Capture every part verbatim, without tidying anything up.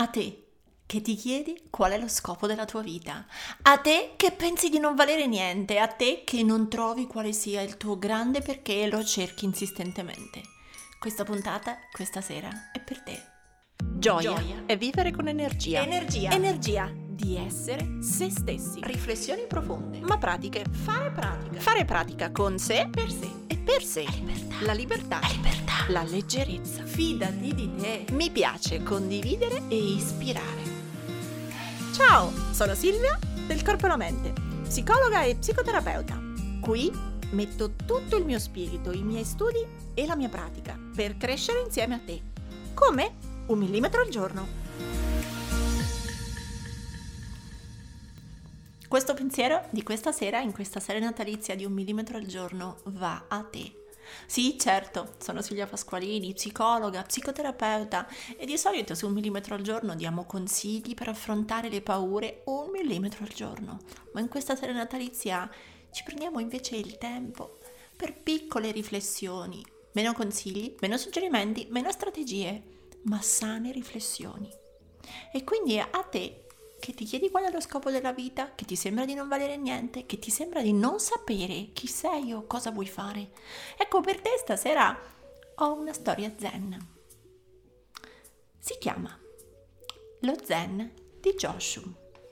A te che ti chiedi qual è lo scopo della tua vita, a te che pensi di non valere niente, a te che non trovi quale sia il tuo grande perché e lo cerchi insistentemente. Questa puntata, questa sera, è per te. Gioia, Gioia è vivere con energia. Energia. Energia di essere se stessi. Riflessioni profonde. Ma pratiche. Fare pratica. Fare pratica con sé Per sé. e per sé. La libertà. La libertà. La libertà. La leggerezza. Fidati di te. Mi piace condividere e ispirare. Ciao, sono Silvia del Corpo e la Mente, psicologa e psicoterapeuta. Qui metto tutto il mio spirito, i miei studi e la mia pratica per crescere insieme a te. Come? Un millimetro al giorno. Questo pensiero di questa sera, in questa serie natalizia di un millimetro al giorno, va a te. Sì, certo, sono Silvia Pasqualini, psicologa, psicoterapeuta e di solito su un millimetro al giorno diamo consigli per affrontare le paure un millimetro al giorno. Ma in questa serie natalizia ci prendiamo invece il tempo per piccole riflessioni, meno consigli, meno suggerimenti, meno strategie, ma sane riflessioni. E quindi a te che ti chiedi qual è lo scopo della vita, che ti sembra di non valere niente, che ti sembra di non sapere chi sei o cosa vuoi fare. Ecco, per te stasera ho una storia zen. Si chiama Lo Zen di Joshu.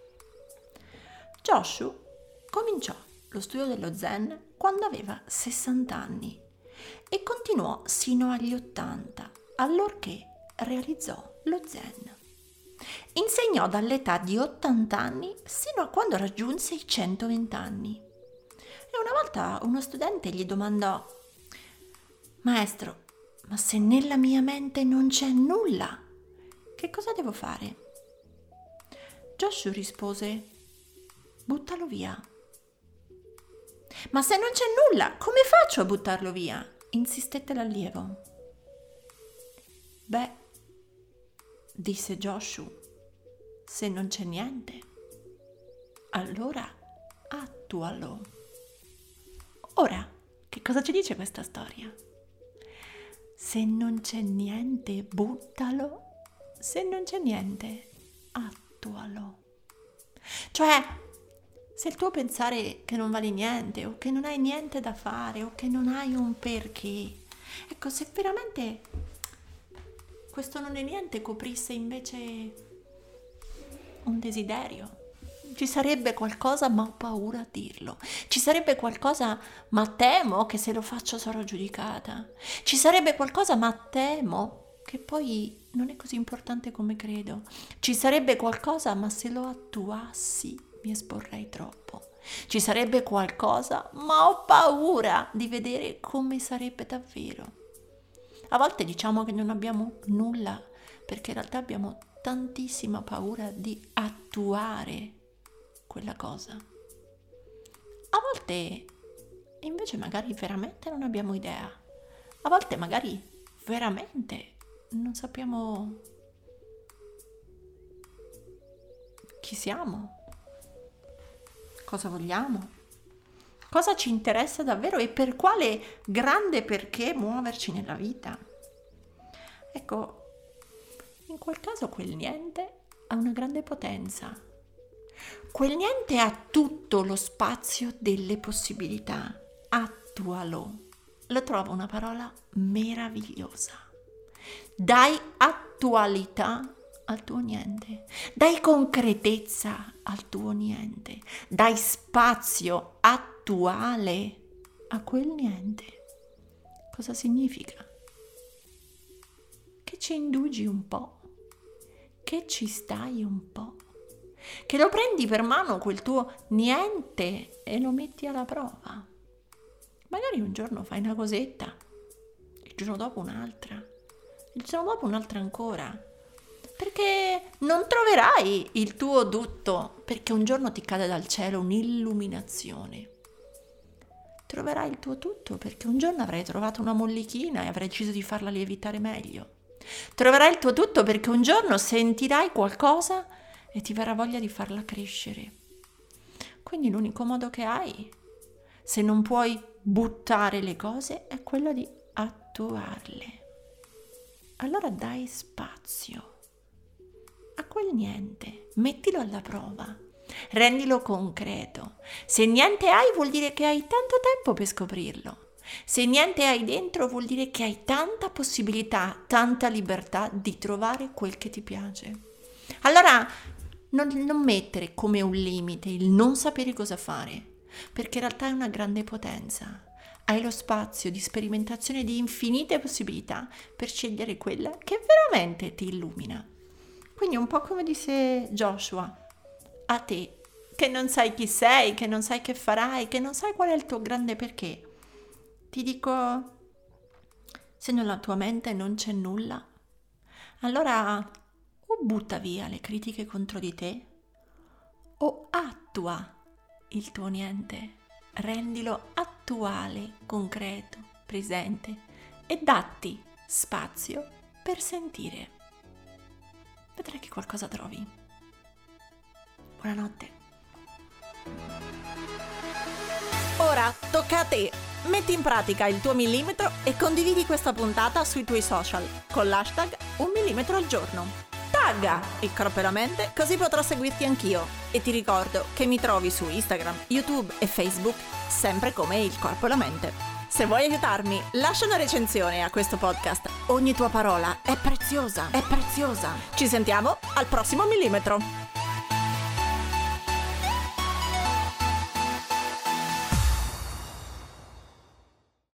Joshu cominciò lo studio dello zen quando aveva sessanta anni e continuò sino agli ottanta, allorché realizzò lo zen. Insegnò dall'età di ottanta anni sino a quando raggiunse i centoventi anni. E una volta uno studente gli domandò: «Maestro, ma se nella mia mente non c'è nulla, che cosa devo fare?» Joshu rispose: «Buttalo via». «Ma se non c'è nulla, come faccio a buttarlo via?» insistette l'allievo. «Beh», disse Joshu, «se non c'è niente, allora attualo». Ora, che cosa ci dice questa storia? Se non c'è niente, buttalo. Se non c'è niente, attualo. Cioè, se il tuo pensare che non vale niente, o che non hai niente da fare, o che non hai un perché, ecco, se veramente questo non è niente coprisse invece un desiderio, ci sarebbe qualcosa ma ho paura a dirlo, ci sarebbe qualcosa ma temo che se lo faccio sarò giudicata, ci sarebbe qualcosa ma temo che poi non è così importante come credo, ci sarebbe qualcosa ma se lo attuassi mi esporrei troppo, ci sarebbe qualcosa ma ho paura di vedere come sarebbe davvero. A volte diciamo che non abbiamo nulla perché in realtà abbiamo tantissima paura di attuare quella cosa. A volte invece magari veramente non abbiamo idea. A volte magari veramente non sappiamo chi siamo, cosa vogliamo, cosa ci interessa davvero e per quale grande perché muoverci nella vita. Ecco, in quel caso quel niente ha una grande potenza. Quel niente ha tutto lo spazio delle possibilità. Attualo. Lo trovo una parola meravigliosa. Dai attualità al tuo niente. Dai concretezza al tuo niente. Dai spazio attuale a quel niente. Cosa significa? Che ci indugi un po'. Che ci stai un po', che lo prendi per mano quel tuo niente e lo metti alla prova. Magari un giorno fai una cosetta, il giorno dopo un'altra, il giorno dopo un'altra ancora, perché non troverai il tuo tutto, perché un giorno ti cade dal cielo un'illuminazione. Troverai il tuo tutto perché un giorno avrai trovato una mollichina e avrai deciso di farla lievitare meglio. Troverai il tuo tutto perché un giorno sentirai qualcosa e ti verrà voglia di farla crescere. Quindi l'unico modo che hai, se non puoi buttare le cose, è quello di attuarle. Allora dai spazio a il niente, mettilo alla prova, rendilo concreto. Se niente hai vuol dire che hai tanto tempo per scoprirlo. Se niente hai dentro vuol dire che hai tanta possibilità, tanta libertà di trovare quel che ti piace. Allora non, non mettere come un limite il non sapere cosa fare, perché in realtà è una grande potenza. Hai lo spazio di sperimentazione di infinite possibilità per scegliere quella che veramente ti illumina. Quindi un po' come disse Joshua, a te che non sai chi sei, che non sai che farai, che non sai qual è il tuo grande perché. Ti dico, se nella tua mente non c'è nulla, allora o butta via le critiche contro di te o attua il tuo niente, rendilo attuale, concreto, presente e datti spazio per sentire. Vedrai che qualcosa trovi. Buonanotte. Ora tocca a te. Metti in pratica il tuo millimetro e condividi questa puntata sui tuoi social con l'hashtag un millimetro al giorno. Tagga il corpo e la mente così potrò seguirti anch'io. E ti ricordo che mi trovi su Instagram, YouTube e Facebook sempre come il corpo e la mente. Se vuoi aiutarmi, lascia una recensione a questo podcast. Ogni tua parola è preziosa, è preziosa. Ci sentiamo al prossimo millimetro.